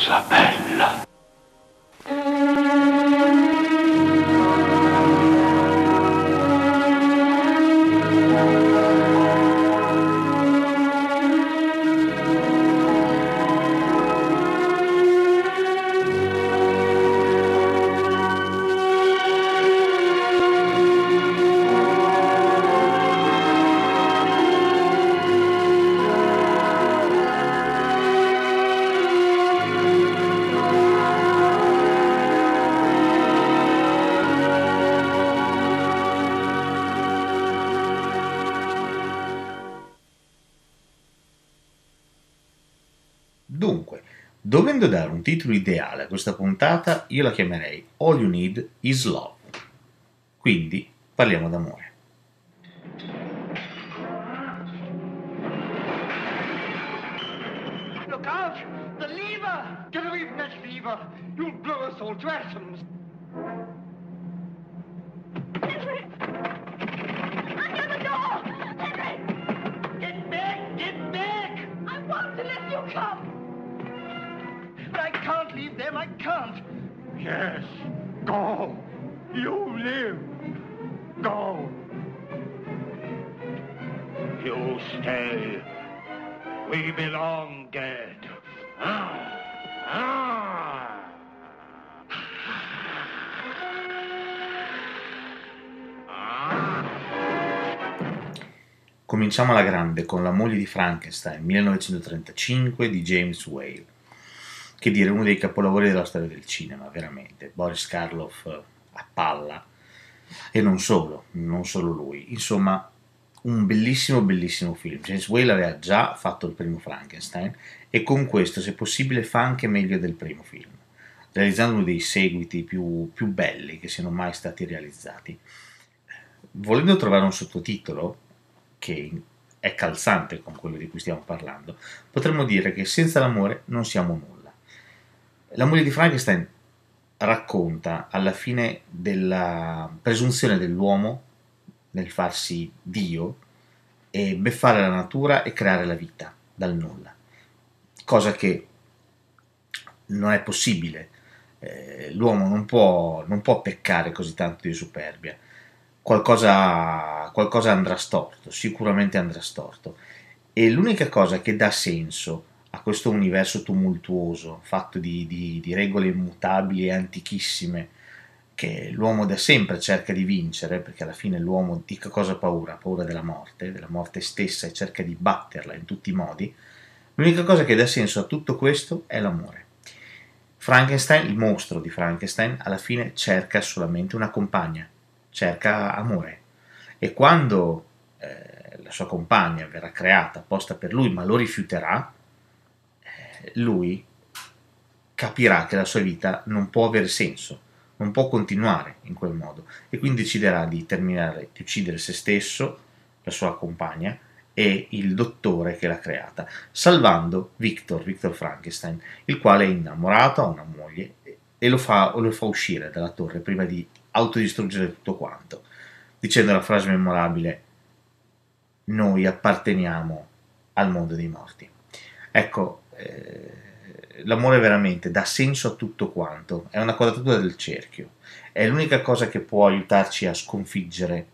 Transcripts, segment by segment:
cosa bella. Dunque, dovendo dare un titolo ideale a questa puntata, io la chiamerei All You Need Is Love. Quindi parliamo d'amore. Look out! The lever! Get away from that lever! You'll blow us all to atoms! Henry! Under the door! Henry! Get back! Get back! I want to let you come! But I can't leave them, I can't! Yes, go! You live! Go! You stay! We belong dead! Cominciamo alla grande con La moglie di Frankenstein, 1935 di James Whale. Che dire, uno dei capolavori della storia del cinema, veramente. Boris Karloff a palla. E non solo lui. Insomma, un bellissimo, bellissimo film. James Whale aveva già fatto il primo Frankenstein e con questo, se possibile, fa anche meglio del primo film, realizzando uno dei seguiti più belli che siano mai stati realizzati. Volendo trovare un sottotitolo che è calzante con quello di cui stiamo parlando, potremmo dire che senza l'amore non siamo nulla. La moglie di Frankenstein racconta alla fine della presunzione dell'uomo nel farsi Dio e beffare la natura e creare la vita dal nulla, cosa che non è possibile. L'uomo non può peccare così tanto di superbia. Qualcosa andrà storto, sicuramente andrà storto. E l'unica cosa che dà senso a questo universo tumultuoso, fatto di regole immutabili e antichissime, che l'uomo da sempre cerca di vincere, perché alla fine l'uomo di che cosa ha paura? Ha paura della morte stessa, e cerca di batterla in tutti i modi. L'unica cosa che dà senso a tutto questo è l'amore. Frankenstein, il mostro di Frankenstein, alla fine cerca solamente una compagna, cerca amore. E quando la sua compagna verrà creata apposta per lui, ma lo rifiuterà, lui capirà che la sua vita non può avere senso, non può continuare in quel modo, e quindi deciderà di uccidere se stesso, la sua compagna e il dottore che l'ha creata, salvando Victor Frankenstein, il quale è innamorato, ha una moglie e lo fa uscire dalla torre prima di autodistruggere tutto quanto, dicendo la frase memorabile: noi apparteniamo al mondo dei morti. Ecco, l'amore veramente dà senso a tutto quanto, è una quadratura del cerchio, è l'unica cosa che può aiutarci a sconfiggere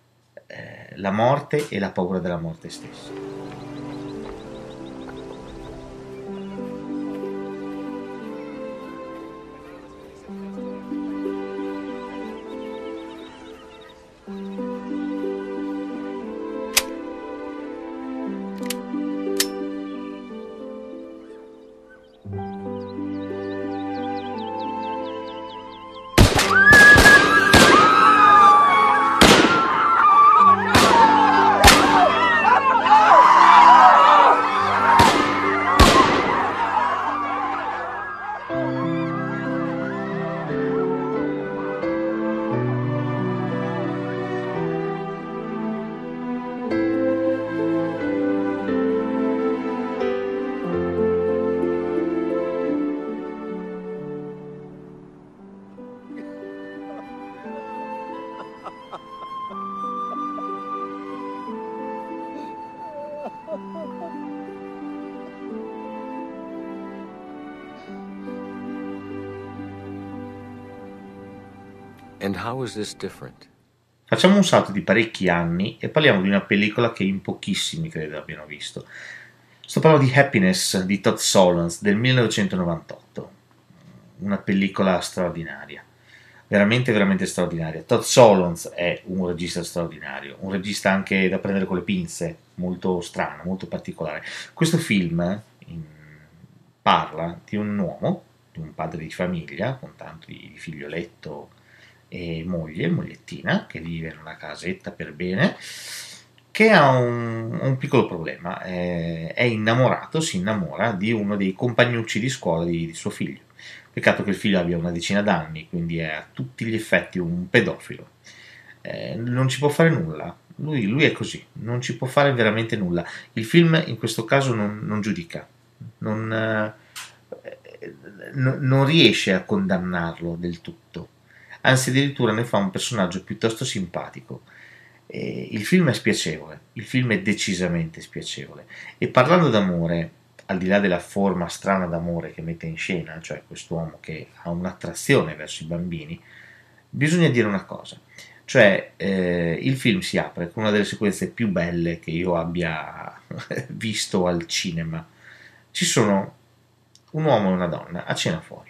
la morte e la paura della morte stessa. And how is this different? Facciamo un salto di parecchi anni e parliamo di una pellicola che in pochissimi credo abbiano visto. Sto parlando di Happiness di Todd Solondz del 1998, una pellicola straordinaria, veramente veramente straordinaria. Todd Solondz è un regista straordinario, un regista anche da prendere con le pinze, molto strano, molto particolare. Questo film parla di un uomo, di un padre di famiglia con tanto di figlioletto e mogliettina, che vive in una casetta per bene, che ha un piccolo problema, è innamorato, si innamora di uno dei compagnucci di scuola di suo figlio. Peccato che il figlio abbia una decina d'anni, quindi è a tutti gli effetti un pedofilo. Non ci può fare nulla, lui è così, non ci può fare veramente nulla. Il film in questo caso non giudica, non, non riesce a condannarlo del tutto, anzi addirittura ne fa un personaggio piuttosto simpatico. Il film è spiacevole, il film è decisamente spiacevole, e parlando d'amore, al di là della forma strana d'amore che mette in scena, cioè quest'uomo che ha un'attrazione verso i bambini, bisogna dire una cosa, cioè il film si apre con una delle sequenze più belle che io abbia visto al cinema. Ci sono un uomo e una donna a cena fuori.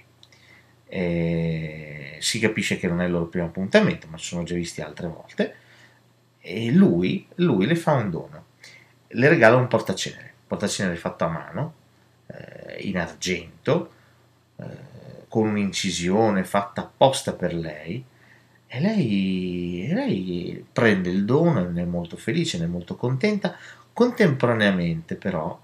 Si capisce che non è il loro primo appuntamento, ma ci sono già visti altre volte, e lui le fa un dono, le regala un portacenere fatto a mano, in argento, con un'incisione fatta apposta per lei, e lei prende il dono, ne è molto felice, ne è molto contenta. Contemporaneamente però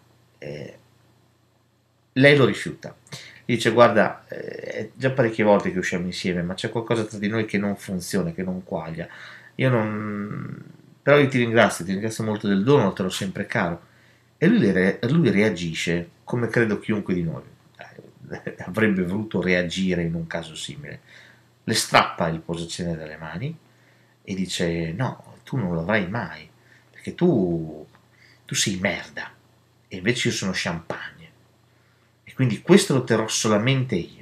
lei lo rifiuta. Dice: guarda, è già parecchie volte che usciamo insieme, ma c'è qualcosa tra di noi che non funziona, che non quaglia. Io non... Però io ti ringrazio molto del dono, te l'ho sempre caro. E lui reagisce come credo chiunque di noi avrebbe voluto reagire in un caso simile. Le strappa il posacenere dalle mani e dice: no, tu non lo avrai mai, perché tu sei merda, e invece io sono champagne. E quindi questo lo terrò solamente io.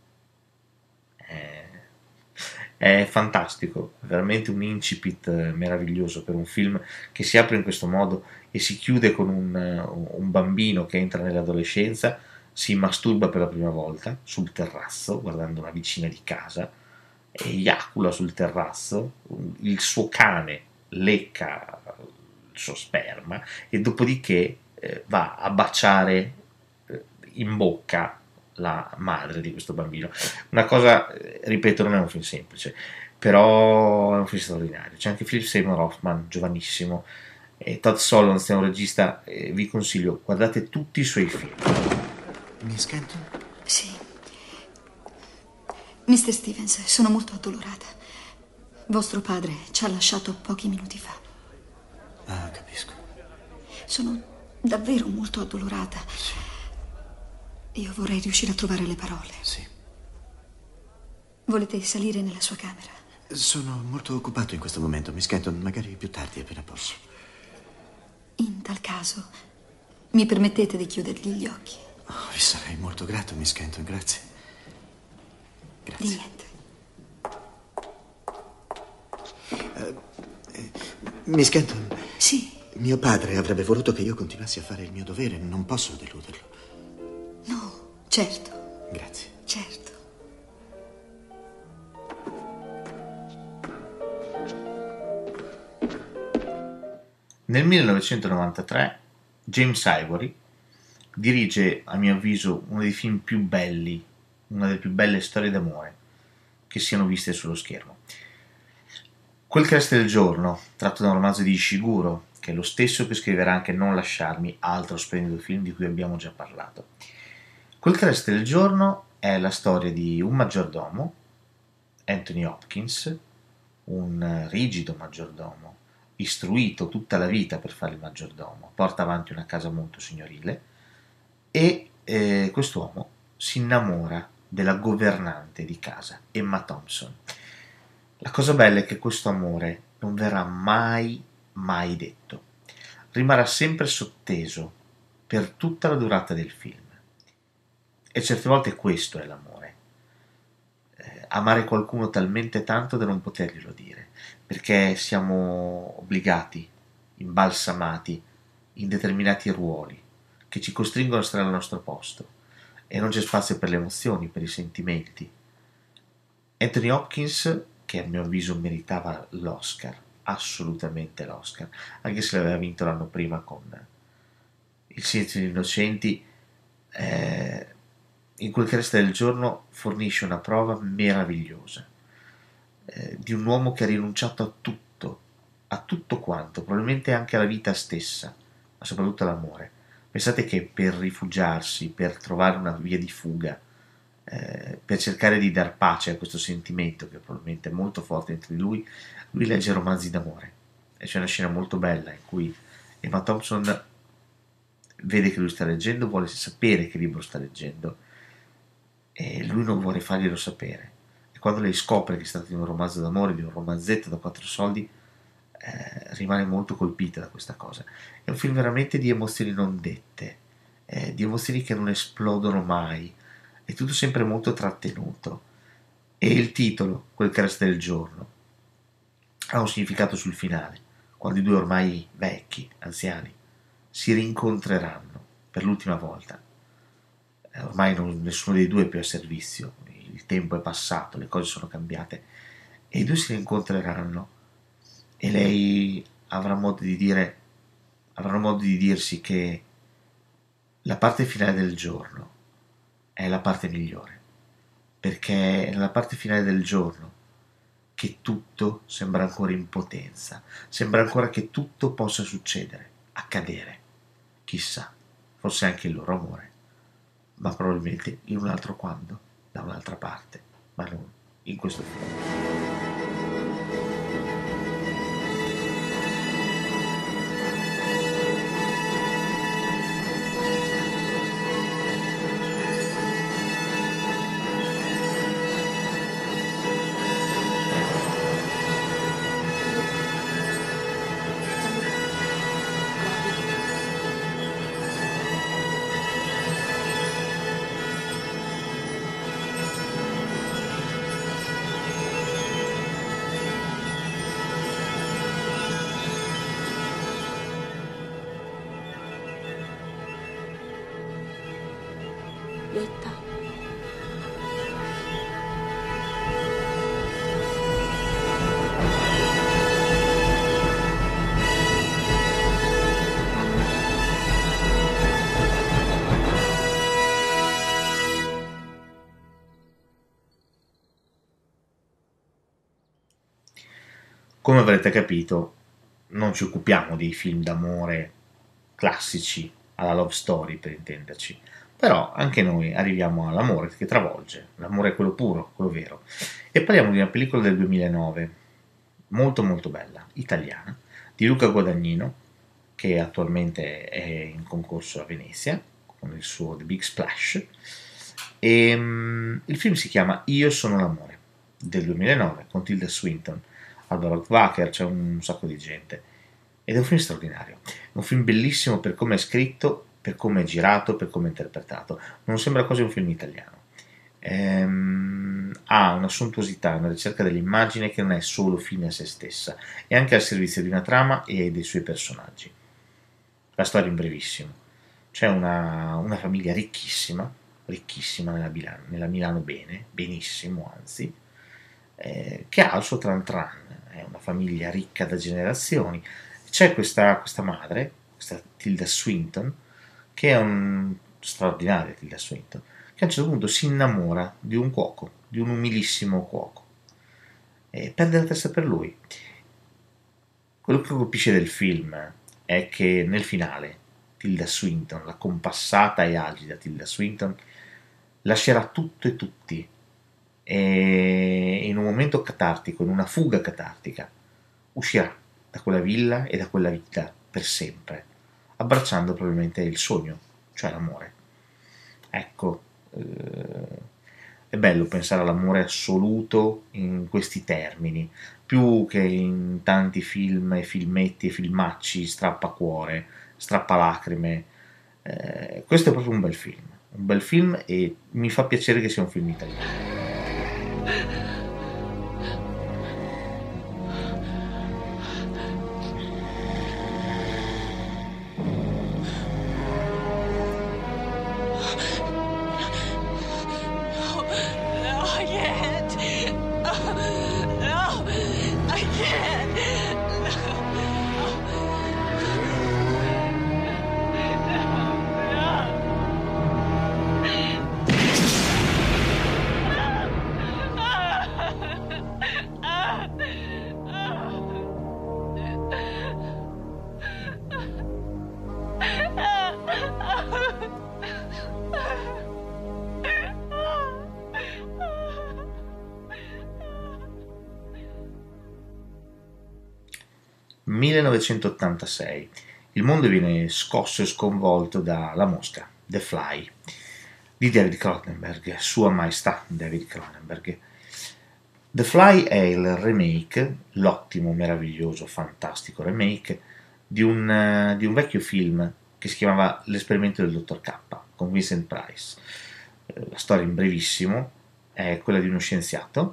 È fantastico, è veramente un incipit meraviglioso per un film che si apre in questo modo e si chiude con un bambino che entra nell'adolescenza, si masturba per la prima volta sul terrazzo, guardando una vicina di casa, eiacula sul terrazzo, il suo cane lecca il suo sperma e dopodiché va a baciare in bocca la madre di questo bambino. Una cosa, ripeto, non è un film semplice, però è un film straordinario. C'è anche Philip Seymour Hoffman, giovanissimo, e Todd Solondz è un regista, vi consiglio, guardate tutti i suoi film. Miss Kenton? Sì. Mr. Stevens, sono molto addolorata. Vostro padre ci ha lasciato pochi minuti fa. Ah, capisco. Sono davvero molto addolorata. Sì. Io vorrei riuscire a trovare le parole. Sì. Volete salire nella sua camera? Sono molto occupato in questo momento, Miss Kenton. Magari più tardi, appena posso. In tal caso, mi permettete di chiudergli gli occhi? Oh, vi sarei molto grato, Miss Kenton. Grazie. Grazie. Di niente. Miss Kenton. Sì. Mio padre avrebbe voluto che io continuassi a fare il mio dovere. Non posso deluderlo. No, certo. Grazie. Certo. Nel 1993 James Ivory dirige, a mio avviso, uno dei film più belli, una delle più belle storie d'amore che siano viste sullo schermo. Quel che resta del giorno, tratto da un romanzo di Ishiguro, che è lo stesso che scriverà anche Non lasciarmi, altro splendido film di cui abbiamo già parlato. Quel che resta del giorno è la storia di un maggiordomo, Anthony Hopkins, un rigido maggiordomo, istruito tutta la vita per fare il maggiordomo, porta avanti una casa molto signorile, e quest'uomo si innamora della governante di casa, Emma Thompson. La cosa bella è che questo amore non verrà mai detto, rimarrà sempre sotteso per tutta la durata del film, e certe volte questo è l'amore. amare qualcuno talmente tanto da non poterglielo dire, perché siamo obbligati, imbalsamati in determinati ruoli che ci costringono a stare al nostro posto e non c'è spazio per le emozioni, per i sentimenti. Anthony Hopkins, che a mio avviso meritava l'Oscar, assolutamente l'Oscar, anche se l'aveva vinto l'anno prima con Il silenzio degli innocenti, in quel che resta del giorno fornisce una prova meravigliosa di un uomo che ha rinunciato a tutto quanto, probabilmente anche alla vita stessa, ma soprattutto all'amore. Pensate che per rifugiarsi, per trovare una via di fuga, per cercare di dar pace a questo sentimento che probabilmente è molto forte dentro di lui legge romanzi d'amore. E c'è una scena molto bella in cui Emma Thompson vede che lui sta leggendo, vuole sapere che libro sta leggendo e lui non vuole farglielo sapere. E quando lei scopre che si tratta di un romanzo d'amore, di un romanzetto da 4 soldi, rimane molto colpita da questa cosa. È un film veramente di emozioni non dette, di emozioni che non esplodono mai, è tutto sempre molto trattenuto. E il titolo, Quel che resta del giorno, ha un significato sul finale, quando i due ormai vecchi, anziani, si rincontreranno per l'ultima volta. Ormai nessuno dei due è più a servizio, il tempo è passato, le cose sono cambiate e i due si rincontreranno e lei avranno modo di dirsi che la parte finale del giorno è la parte migliore, perché è nella parte finale del giorno che tutto sembra ancora in potenza, sembra ancora che tutto possa succedere, accadere. Chissà, forse anche il loro amore, ma probabilmente in un altro quando, da un'altra parte, ma non in questo film. Detta. Come avrete capito, non ci occupiamo dei film d'amore classici, alla love story per intenderci, però anche noi arriviamo all'amore che travolge, l'amore è quello puro, quello vero, e parliamo di una pellicola del 2009, molto molto bella, italiana, di Luca Guadagnino, che attualmente è in concorso a Venezia, con il suo The Big Splash, e il film si chiama Io sono l'amore, del 2009, con Tilda Swinton, Alba Rockwaker, c'è un sacco di gente, ed è un film straordinario, è un film bellissimo per come è scritto, per come è girato, per come è interpretato, non sembra quasi un film italiano. Ha una sontuosità, una ricerca dell'immagine che non è solo fine a se stessa, è anche al servizio di una trama e dei suoi personaggi. La storia in brevissimo: c'è una famiglia ricchissima nella Milano benissimo anzi, che ha il suo tran tran, è una famiglia ricca da generazioni. C'è questa madre, questa Tilda Swinton, che è straordinaria Tilda Swinton, che a un certo punto si innamora di un cuoco, di un umilissimo cuoco, e perde la testa per lui. Quello che colpisce del film è che nel finale Tilda Swinton, la compassata e agile Tilda Swinton, lascerà tutto e tutti, e in un momento catartico, in una fuga catartica, uscirà da quella villa e da quella vita per sempre, abbracciando probabilmente il sogno, cioè l'amore. Ecco, è bello pensare all'amore assoluto in questi termini, più che in tanti film e filmetti e filmacci strappacuore, strappalacrime. Questo è proprio un bel film e mi fa piacere che sia un film italiano. «1986. Il mondo viene scosso e sconvolto da La Mosca, The Fly, di David Cronenberg, Sua Maestà David Cronenberg. The Fly è il remake, l'ottimo, meraviglioso, fantastico remake, di un vecchio film che si chiamava L'esperimento del dottor K, con Vincent Price. La storia, in brevissimo, è quella di uno scienziato,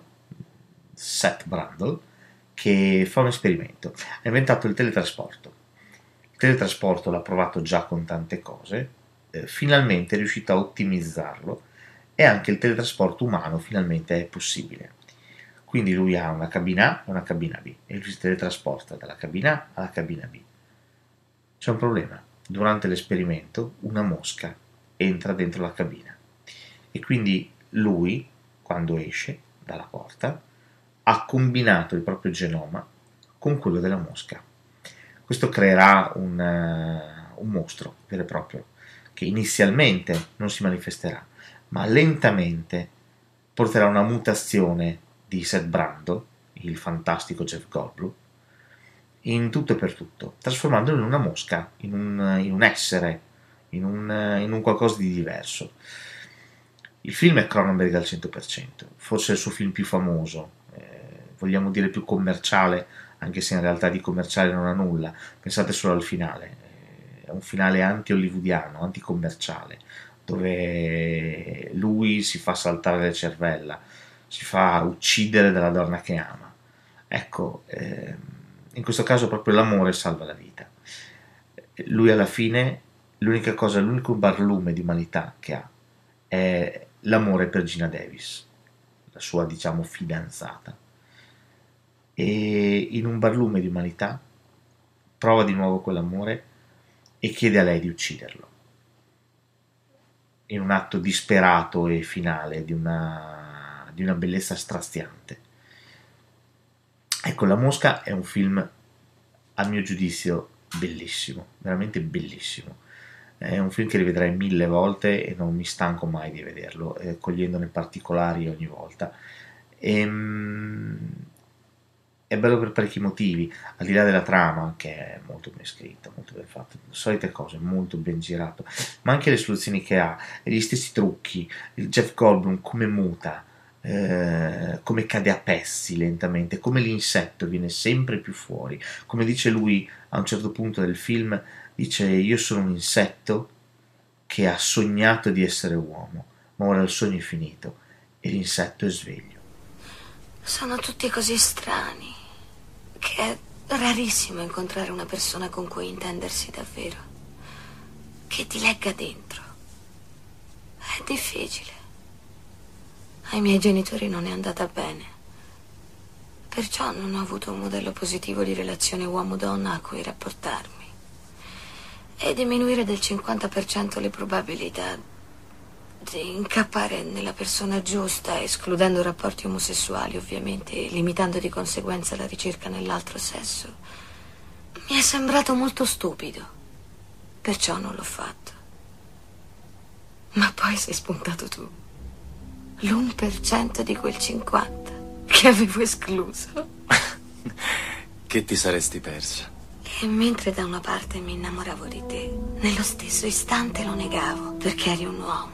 Seth Brundle, che fa un esperimento. Ha inventato il teletrasporto. Il teletrasporto l'ha provato già con tante cose, finalmente è riuscito a ottimizzarlo, e anche il teletrasporto umano finalmente è possibile. Quindi lui ha una cabina A e una cabina B, e lui si teletrasporta dalla cabina A alla cabina B. C'è un problema. Durante l'esperimento una mosca entra dentro la cabina, e quindi lui, quando esce dalla porta, ha combinato il proprio genoma con quello della mosca. Questo creerà un mostro vero e proprio, che inizialmente non si manifesterà, ma lentamente porterà a una mutazione di Seth Brundle, il fantastico Jeff Goldblum, in tutto e per tutto, trasformandolo in una mosca, in un essere, in un qualcosa di diverso. Il film è Cronenberg al 100%, forse è il suo film più famoso, vogliamo dire più commerciale, anche se in realtà di commerciale non ha nulla. Pensate solo al finale, è un finale anti-hollywoodiano, anti-commerciale, dove lui si fa saltare le cervella, si fa uccidere dalla donna che ama. Ecco, in questo caso proprio l'amore salva la vita. Lui alla fine, l'unico barlume di umanità che ha è l'amore per Gina Davis, la sua, diciamo, fidanzata. E in un barlume di umanità prova di nuovo quell'amore e chiede a lei di ucciderlo, in un atto disperato e finale di una bellezza straziante. Ecco, La Mosca è un film, a mio giudizio, bellissimo, veramente bellissimo. È un film che rivedrei 1000 volte e non mi stanco mai di vederlo, cogliendone particolari ogni volta. È bello per parecchi motivi, al di là della trama, che è molto ben scritta, molto ben fatta, solite cose, molto ben girato, ma anche le soluzioni che ha, e gli stessi trucchi, il Jeff Goldblum come muta, come cade a pezzi lentamente, come l'insetto viene sempre più fuori, come dice lui a un certo punto del film, dice: io sono un insetto che ha sognato di essere uomo, ma ora il sogno è finito e l'insetto è sveglio. Sono tutti così strani che è rarissimo incontrare una persona con cui intendersi davvero, che ti legga dentro. È difficile. Ai miei genitori non è andata bene, perciò non ho avuto un modello positivo di relazione uomo-donna a cui rapportarmi, e diminuire del 50% le probabilità di incappare nella persona giusta, escludendo rapporti omosessuali, ovviamente, e limitando di conseguenza la ricerca nell'altro sesso, mi è sembrato molto stupido, perciò non l'ho fatto. Ma poi sei spuntato tu, l'1% di quel 50% che avevo escluso. Che ti saresti persa? E mentre da una parte mi innamoravo di te, nello stesso istante lo negavo, perché eri un uomo.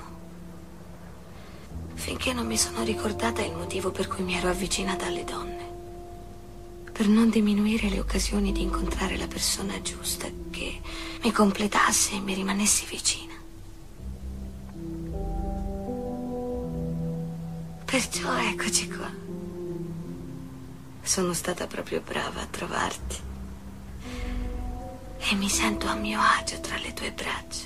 Finché non mi sono ricordata il motivo per cui mi ero avvicinata alle donne. Per non diminuire le occasioni di incontrare la persona giusta, che mi completasse e mi rimanessi vicina. Perciò eccoci qua. Sono stata proprio brava a trovarti. E mi sento a mio agio tra le tue braccia.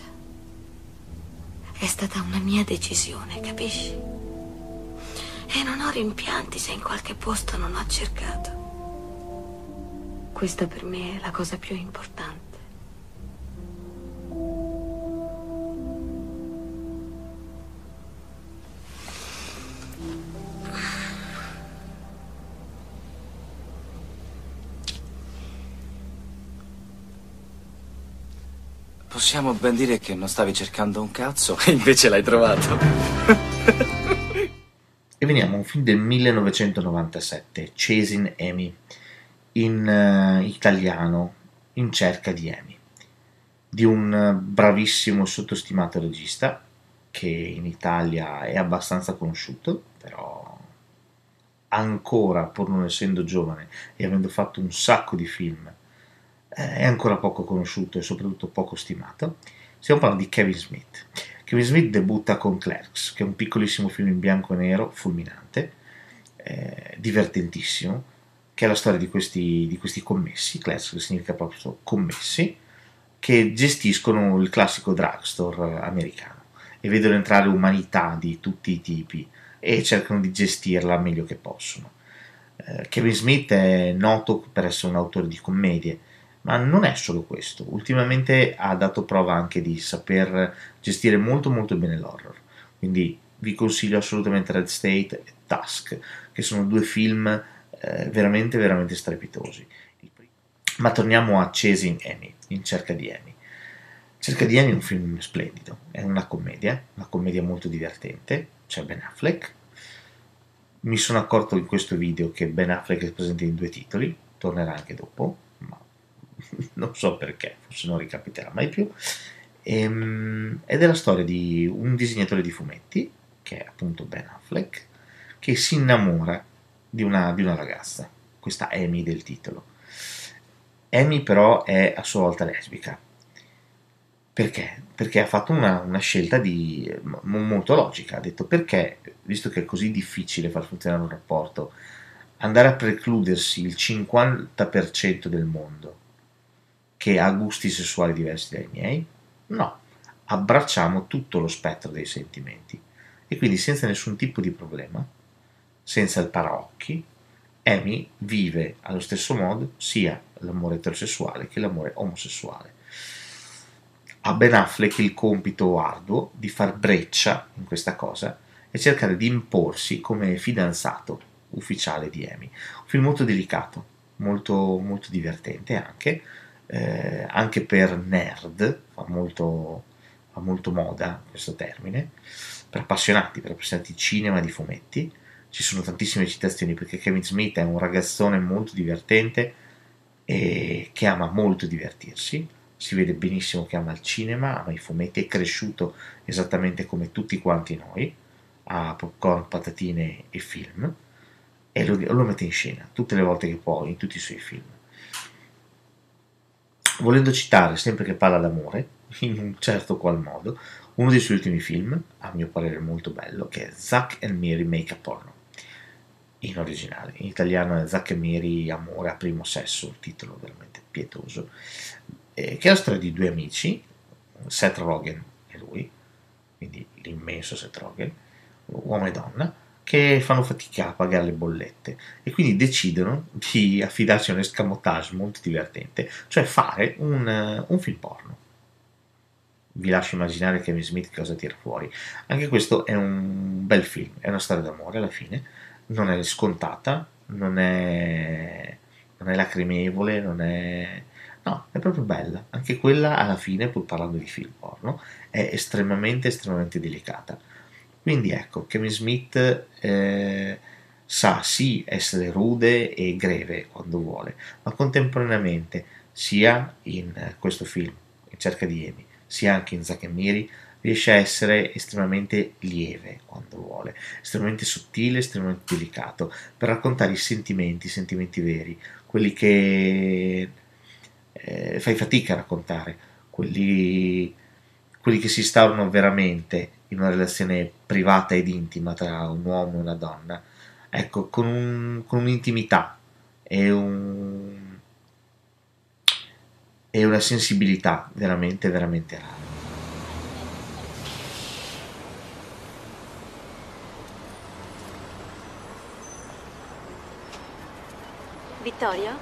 È stata una mia decisione, capisci? E non ho rimpianti se in qualche posto non ho cercato. Questa per me è la cosa più importante. Possiamo ben dire che non stavi cercando un cazzo e invece l'hai trovato. E veniamo a un film del 1997, Chasing Amy, in italiano, In cerca di Amy, di un bravissimo sottostimato regista che in Italia è abbastanza conosciuto, però ancora, pur non essendo giovane e avendo fatto un sacco di film, è ancora poco conosciuto e soprattutto poco stimato. Stiamo parlando di Kevin Smith. Kevin Smith debutta con Clerks, che è un piccolissimo film in bianco e nero, fulminante, divertentissimo, che è la storia di questi commessi, Clerks che significa proprio commessi, che gestiscono il classico drugstore americano e vedono entrare umanità di tutti i tipi e cercano di gestirla meglio che possono. Kevin Smith è noto per essere un autore di commedie, ma non è solo questo. Ultimamente ha dato prova anche di saper gestire molto molto bene l'horror. Quindi vi consiglio assolutamente Red State e Tusk, che sono due film veramente veramente strepitosi. Ma torniamo a Chasing Amy, In cerca di Amy. Cerca di Amy è un film splendido, è una commedia molto divertente. C'è Ben Affleck. Mi sono accorto in questo video che Ben Affleck è presente in 2 titoli, tornerà anche dopo, ma non so perché, forse non ricapiterà mai più. Ed è la storia di un disegnatore di fumetti, che è appunto Ben Affleck, che si innamora di una ragazza, questa Amy del titolo. Amy però è a sua volta lesbica. Perché? Perché ha fatto una scelta molto logica. Ha detto: perché, visto che è così difficile far funzionare un rapporto, andare a precludersi il 50% del mondo che ha gusti sessuali diversi dai miei? No, abbracciamo tutto lo spettro dei sentimenti. E quindi senza nessun tipo di problema, senza il paraocchi, Amy vive allo stesso modo sia l'amore eterosessuale che l'amore omosessuale. Ha Ben Affleck il compito arduo di far breccia in questa cosa e cercare di imporsi come fidanzato ufficiale di Amy. Un film molto delicato, molto, molto divertente anche per nerd, fa molto moda questo termine, per appassionati di cinema e di fumetti. Ci sono tantissime citazioni perché Kevin Smith è un ragazzone molto divertente e che ama molto divertirsi. Si vede benissimo che ama il cinema, ama i fumetti, è cresciuto esattamente come tutti quanti noi, a popcorn, patatine e film, e lo mette in scena tutte le volte che può in tutti i suoi film. Volendo citare, sempre che parla d'amore, in un certo qual modo, uno dei suoi ultimi film, a mio parere molto bello, che è Zack and Miri Make a Porno, in originale. In italiano è Zack e Miri Amore a primo sesso, il titolo veramente pietoso, che è la storia di 2 amici, Seth Rogen e lui, quindi l'immenso Seth Rogen, uomo e donna, che fanno fatica a pagare le bollette e quindi decidono di affidarsi a un escamotage molto divertente, cioè fare un film porno. Vi lascio immaginare Kevin Smith cosa tira fuori. Anche questo è un bel film, è una storia d'amore alla fine, non è scontata, non è lacrimevole, no, è proprio bella. Anche quella alla fine, pur parlando di film porno, è estremamente delicata. Quindi ecco, Kevin Smith sa sì essere rude e greve quando vuole, ma contemporaneamente sia in questo film, In cerca di Amy, sia anche in Zack e Miri, riesce a essere estremamente lieve quando vuole, estremamente sottile, estremamente delicato, per raccontare i sentimenti veri, quelli che fai fatica a raccontare, quelli che si instaurano veramente in una relazione privata ed intima tra un uomo e una donna, ecco, con un'intimità e, e una sensibilità veramente, veramente rara. Vittorio?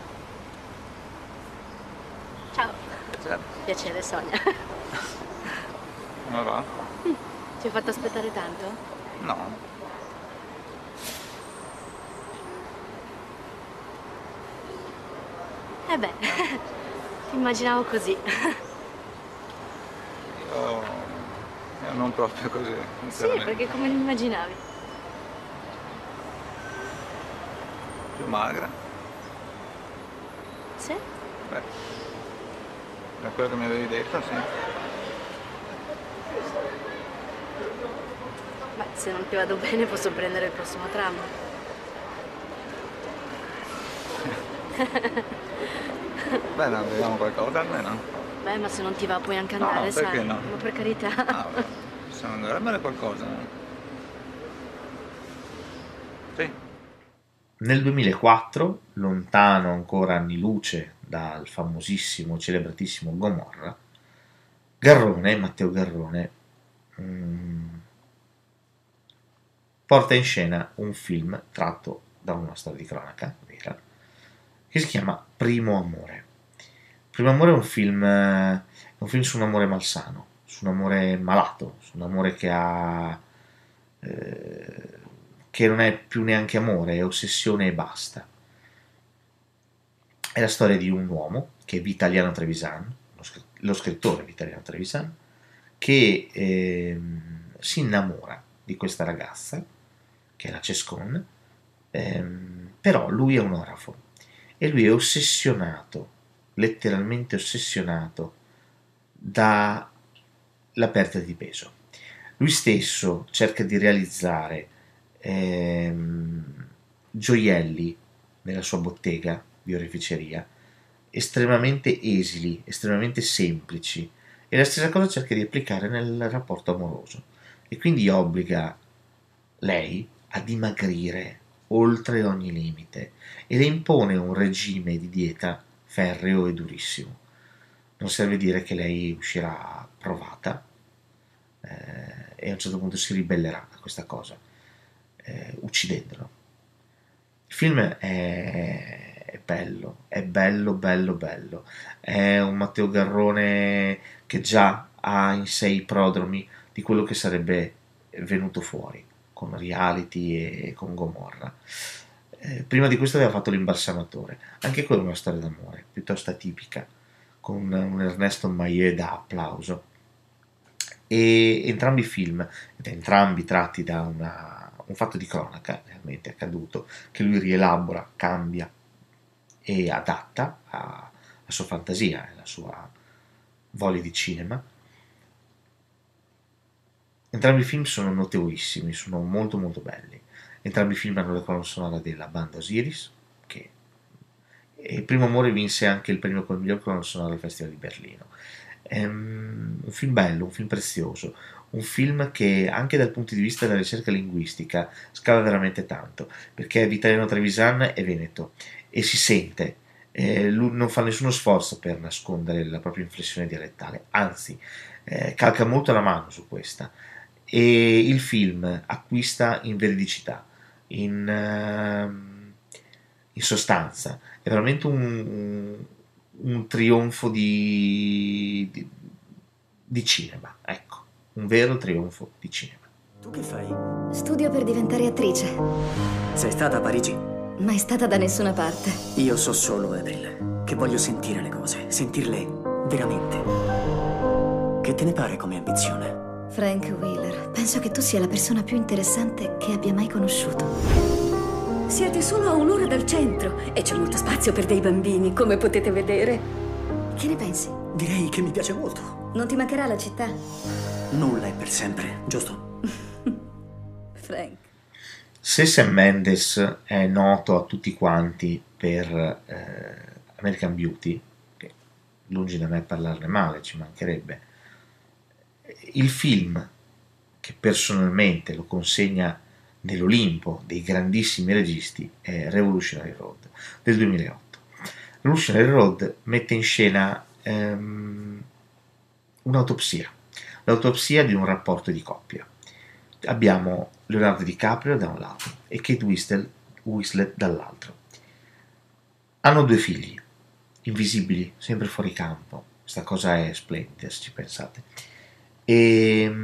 Ciao. Piacere, Sonia. Come va? Ti ho fatto aspettare tanto? No. Eh beh, ti immaginavo così. Io non proprio così, Sì, sinceramente. perché come li immaginavi? Più magra. Sì? Beh, da quello che mi avevi detto, sì. Ma se non ti vado bene posso prendere il prossimo tram. Beh, no, vediamo qualcosa almeno. Beh, ma se non ti va puoi anche No, andare, perché sai? no? Ma per carità. Ah, vabbè. Possiamo andare a bere qualcosa. Sì. Nel 2004, lontano ancora anni luce dal famosissimo, celebratissimo Gomorra, Garrone, Matteo Garrone, porta in scena un film tratto da una storia di cronaca vera che si chiama Primo Amore. Primo Amore è un film su un amore malsano, su un amore malato, su un amore che non è più neanche amore, è ossessione e basta. È la storia di un uomo che è Vitaliano Trevisan, lo scrittore Vitaliano Trevisan, che si innamora di questa ragazza, che è la Cescon, però lui è un orafo e lui è ossessionato, letteralmente ossessionato, dalla perdita di peso. Lui stesso cerca di realizzare gioielli nella sua bottega di oreficeria, estremamente esili, estremamente semplici, e la stessa cosa cerca di applicare nel rapporto amoroso, e quindi obbliga lei a dimagrire oltre ogni limite e le impone un regime di dieta ferreo e durissimo. Non serve dire che lei uscirà provata e a un certo punto si ribellerà a questa cosa, uccidendolo. Il film è bello, è bello, bello, bello. È un Matteo Garrone che già ha in sé i prodromi di quello che sarebbe venuto fuori con Reality e con Gomorra. Prima di questo aveva fatto L'imbalsamatore, anche quella è una storia d'amore piuttosto atipica, con un Ernesto Maillet da applauso. E entrambi i film, entrambi tratti da un fatto di cronaca realmente accaduto, che lui rielabora, cambia e adatta alla sua fantasia e alla sua voglia di cinema. Entrambi i film sono notevolissimi, sono molto molto belli. Entrambi i film hanno la colonna sonora della banda Osiris, che Il Primo Amore vinse anche il premio come miglior colonna sonora al Festival di Berlino. È un film bello, un film prezioso, un film che anche dal punto di vista della ricerca linguistica scava veramente tanto, perché Vitaliano Trevisan è veneto e si sente, lui non fa nessuno sforzo per nascondere la propria inflessione dialettale, anzi calca molto la mano su questa, e il film acquista in veridicità, in sostanza. È veramente un trionfo di cinema, ecco, un vero trionfo di cinema. Tu che fai? Studio per diventare attrice. Sei stata a Parigi? Mai stata da nessuna parte. Io so solo, April, che voglio sentire le cose, sentirle veramente. Che te ne pare come ambizione? Frank Wheeler, penso che tu sia la persona più interessante che abbia mai conosciuto. Siete solo a un'ora dal centro e c'è molto spazio per dei bambini, come potete vedere. Che ne pensi? Direi che mi piace molto. Non ti mancherà la città? Nulla è per sempre, giusto? Frank. Se Sam Mendes è noto a tutti quanti per American Beauty, che lungi da me parlarne male, ci mancherebbe, il film che personalmente lo consegna nell'Olimpo dei grandissimi registi è Revolutionary Road del 2008. Revolutionary Road mette in scena un'autopsia, l'autopsia di un rapporto di coppia. Abbiamo Leonardo DiCaprio da un lato e Kate Winslet dall'altro. Hanno 2 figli, invisibili, sempre fuori campo. Questa cosa è splendida, se ci pensate. E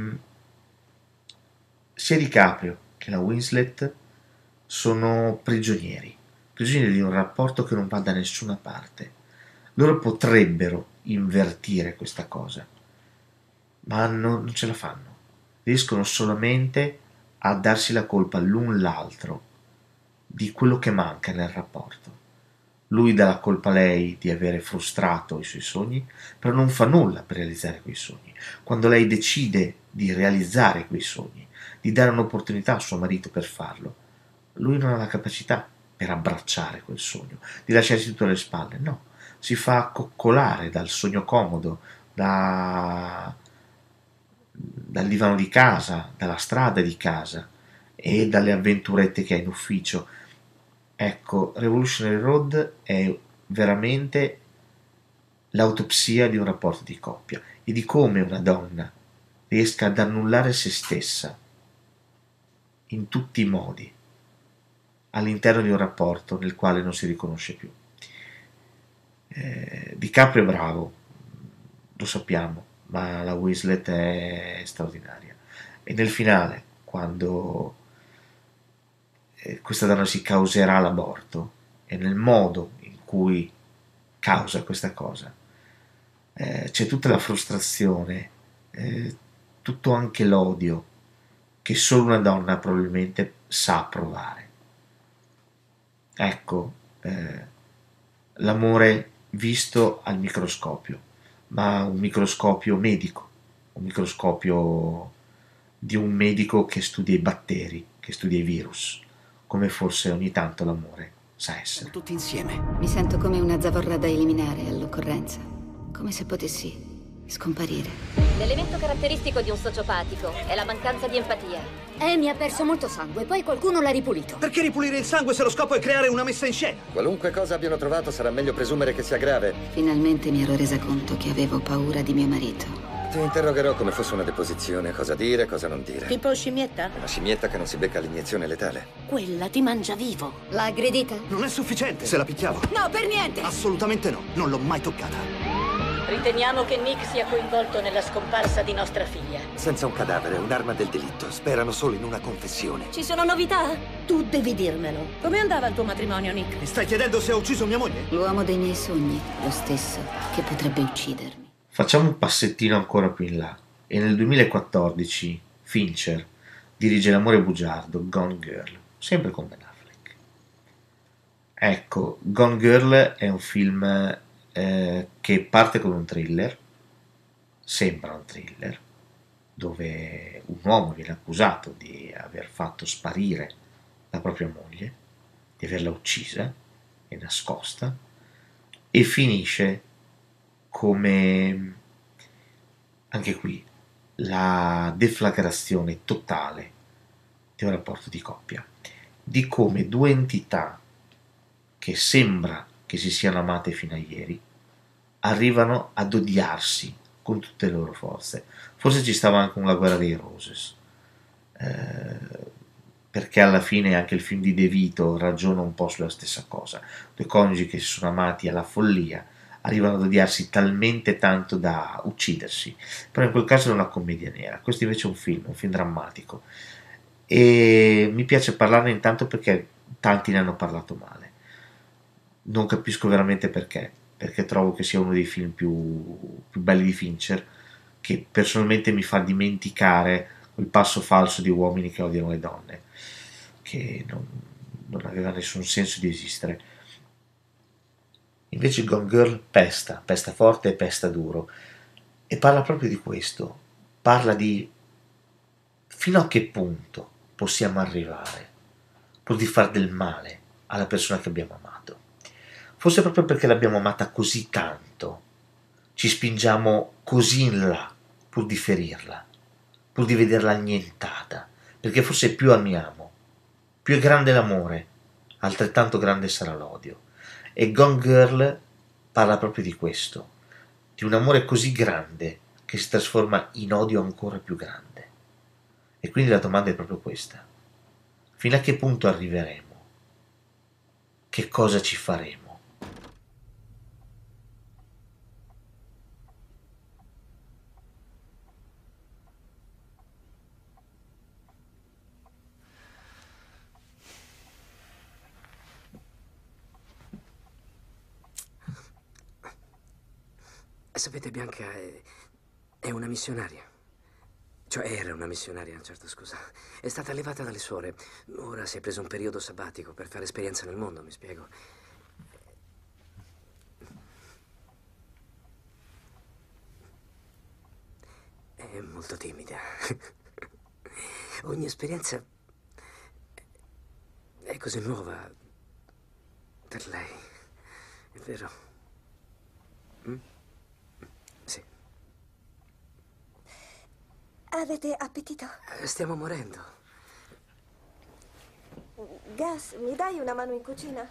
sia DiCaprio che la Winslet sono prigionieri di un rapporto che non va da nessuna parte. Loro potrebbero invertire questa cosa, ma non ce la fanno. Riescono solamente a darsi la colpa l'un l'altro di quello che manca nel rapporto. Lui dà la colpa a lei di avere frustrato i suoi sogni, però non fa nulla per realizzare quei sogni. Quando lei decide di realizzare quei sogni, di dare un'opportunità a suo marito per farlo, lui non ha la capacità per abbracciare quel sogno, di lasciarsi tutto alle spalle. No, si fa coccolare dal sogno comodo, dal divano di casa, dalla strada di casa e dalle avventurette che ha in ufficio. Ecco, Revolutionary Road è veramente l'autopsia di un rapporto di coppia e di come una donna riesca ad annullare se stessa in tutti i modi all'interno di un rapporto nel quale non si riconosce più. DiCaprio è bravo, lo sappiamo, ma la Winslet è straordinaria. E nel finale, quando questa donna si causerà l'aborto, e nel modo in cui causa questa cosa, c'è tutta la frustrazione, tutto anche l'odio che solo una donna probabilmente sa provare. Ecco, l'amore visto al microscopio, ma un microscopio medico, un microscopio di un medico che studia i batteri, che studia i virus, come forse ogni tanto l'amore sa essere. Tutti insieme. Mi sento come una zavorra da eliminare all'occorrenza, come se potessi scomparire. L'elemento caratteristico di un sociopatico è la mancanza di empatia. Amy ha perso molto sangue, poi qualcuno l'ha ripulito. Perché ripulire il sangue se lo scopo è creare una messa in scena? Qualunque cosa abbiano trovato sarà meglio presumere che sia grave. Finalmente mi ero resa conto che avevo paura di mio marito. Ti interrogerò come fosse una deposizione, cosa dire, cosa non dire. Tipo scimmietta? Una scimmietta che non si becca l'iniezione letale. Quella ti mangia vivo. L'ha aggredita? Non è sufficiente se la picchiavo. No, per niente! Assolutamente no, non l'ho mai toccata. Riteniamo che Nick sia coinvolto nella scomparsa di nostra figlia. Senza un cadavere, un'arma del delitto. Sperano solo in una confessione. Ci sono novità? Tu devi dirmelo. Come andava il tuo matrimonio, Nick? Mi stai chiedendo se ho ucciso mia moglie? L'uomo dei miei sogni, lo stesso che potrebbe uccidermi. Facciamo un passettino ancora più in là. E nel 2014 Fincher dirige L'amore bugiardo, Gone Girl, sempre con Ben Affleck. Ecco, Gone Girl è un film che parte con un thriller, sembra un thriller, dove un uomo viene accusato di aver fatto sparire la propria moglie, di averla uccisa e nascosta, e finisce come, anche qui, la deflagrazione totale di un rapporto di coppia, di come 2 entità che sembra che si siano amate fino a ieri arrivano ad odiarsi con tutte le loro forze. Forse ci stava anche una guerra dei Roses, perché alla fine anche il film di De Vito ragiona un po' sulla stessa cosa. 2 coniugi che si sono amati alla follia arrivano ad odiarsi talmente tanto da uccidersi. Però in quel caso è una commedia nera, questo invece è un film drammatico, e mi piace parlarne intanto perché tanti ne hanno parlato male. Non capisco veramente perché trovo che sia uno dei film più belli di Fincher, che personalmente mi fa dimenticare quel passo falso di Uomini che odiano le donne, che non aveva nessun senso di esistere. Invece Gone Girl pesta forte e pesta duro, e parla proprio di questo, parla di fino a che punto possiamo arrivare pur di far del male alla persona che abbiamo amato. Forse proprio perché l'abbiamo amata così tanto, ci spingiamo così in là pur di ferirla. pur di vederla annientata, perché forse più amiamo, più è grande l'amore, altrettanto grande sarà l'odio. E Gone Girl parla proprio di questo, di un amore così grande che si trasforma in odio ancora più grande. E quindi la domanda è proprio questa: fino a che punto arriveremo? Che cosa ci faremo? Sapete, Bianca è una missionaria. Cioè, era una missionaria, certo, scusa. È stata levata dalle suore. Ora si è preso un periodo sabbatico per fare esperienza nel mondo, mi spiego. È molto timida. Ogni esperienza è così nuova per lei. È vero? Sì. Avete appetito? Stiamo morendo. Gus, mi dai una mano in cucina?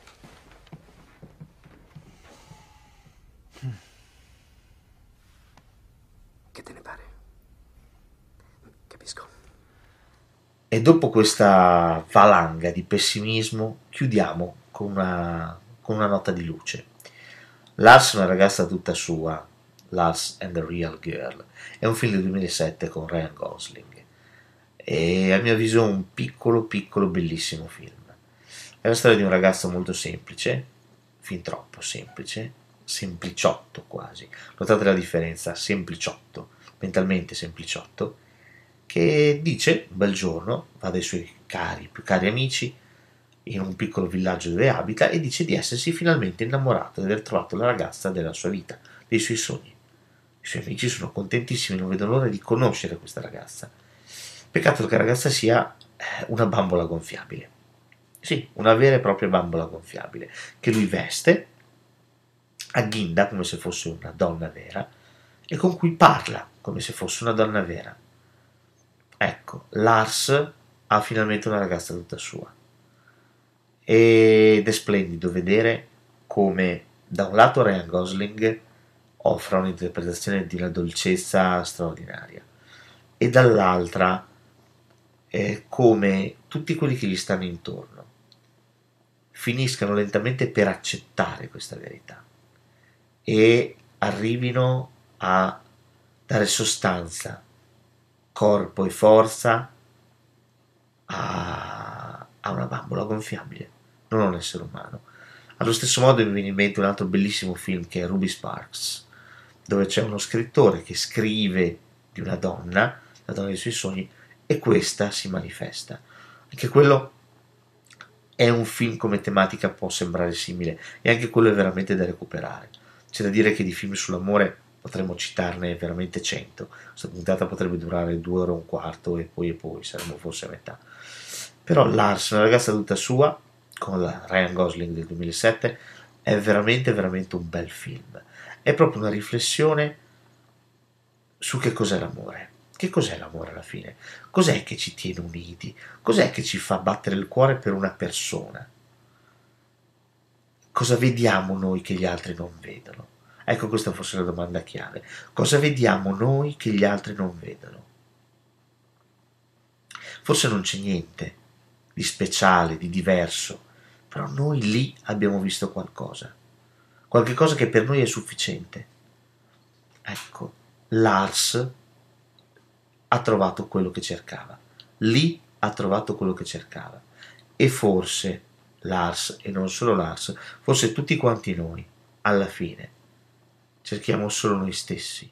Che te ne pare? Capisco. E dopo questa valanga di pessimismo chiudiamo con una nota di luce. Lars è una ragazza tutta sua, Lars and the Real Girl, è un film del 2007 con Ryan Gosling e a mio avviso un piccolo bellissimo film. È la storia di un ragazzo molto semplice, fin troppo semplice, sempliciotto quasi, notate la differenza, sempliciotto, mentalmente sempliciotto, che dice un bel giorno, va dai suoi più cari amici in un piccolo villaggio dove abita e dice di essersi finalmente innamorato, di aver trovato la ragazza della sua vita, dei suoi sogni. I suoi amici sono contentissimi, non vedono l'ora di conoscere questa ragazza. Peccato che la ragazza sia una bambola gonfiabile. Sì, una vera e propria bambola gonfiabile, che lui veste, agghinda come se fosse una donna vera e con cui parla come se fosse una donna vera. Ecco, Lars ha finalmente una ragazza tutta sua. Ed è splendido vedere come da un lato Ryan Gosling offra un'interpretazione di una dolcezza straordinaria e dall'altra come tutti quelli che gli stanno intorno finiscano lentamente per accettare questa verità e arrivino a dare sostanza, corpo e forza a una bambola gonfiabile, non a un essere umano. Allo stesso modo mi viene in mente un altro bellissimo film che è Ruby Sparks, dove c'è uno scrittore che scrive di una donna, la donna dei suoi sogni, e questa si manifesta. Anche quello è un film, come tematica può sembrare simile, e anche quello è veramente da recuperare. C'è da dire che di film sull'amore potremmo citarne veramente 100. Questa puntata potrebbe durare 2 ore e un quarto e poi saremmo forse a metà. Però Lars, una ragazza tutta sua, con la Ryan Gosling del 2007, è veramente un bel film. È proprio una riflessione su che cos'è l'amore. Che cos'è l'amore alla fine? Cos'è che ci tiene uniti? Cos'è che ci fa battere il cuore per una persona? Cosa vediamo noi che gli altri non vedono? Ecco, questa forse è la domanda chiave. Cosa vediamo noi che gli altri non vedono? Forse non c'è niente di speciale, di diverso, però noi lì abbiamo visto qualche cosa che per noi è sufficiente. Ecco, Lars ha trovato quello che cercava, lì ha trovato quello che cercava, e forse Lars, e non solo Lars, forse tutti quanti noi, alla fine, cerchiamo solo noi stessi.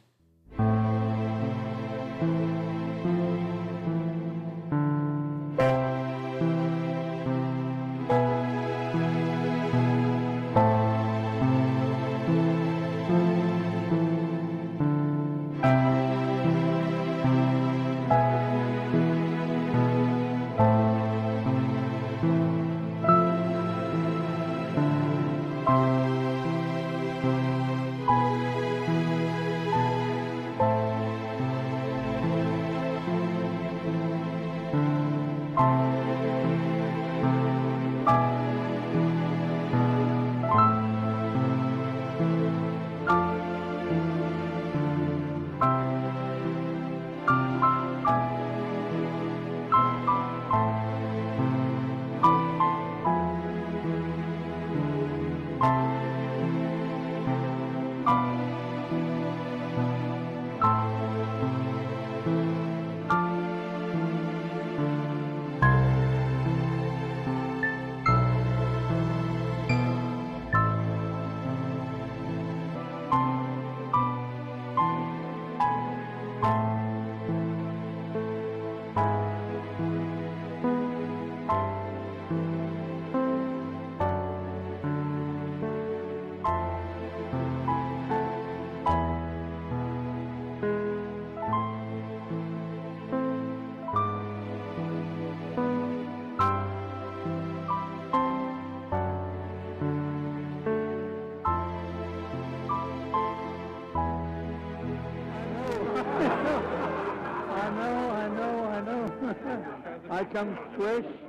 I come fresh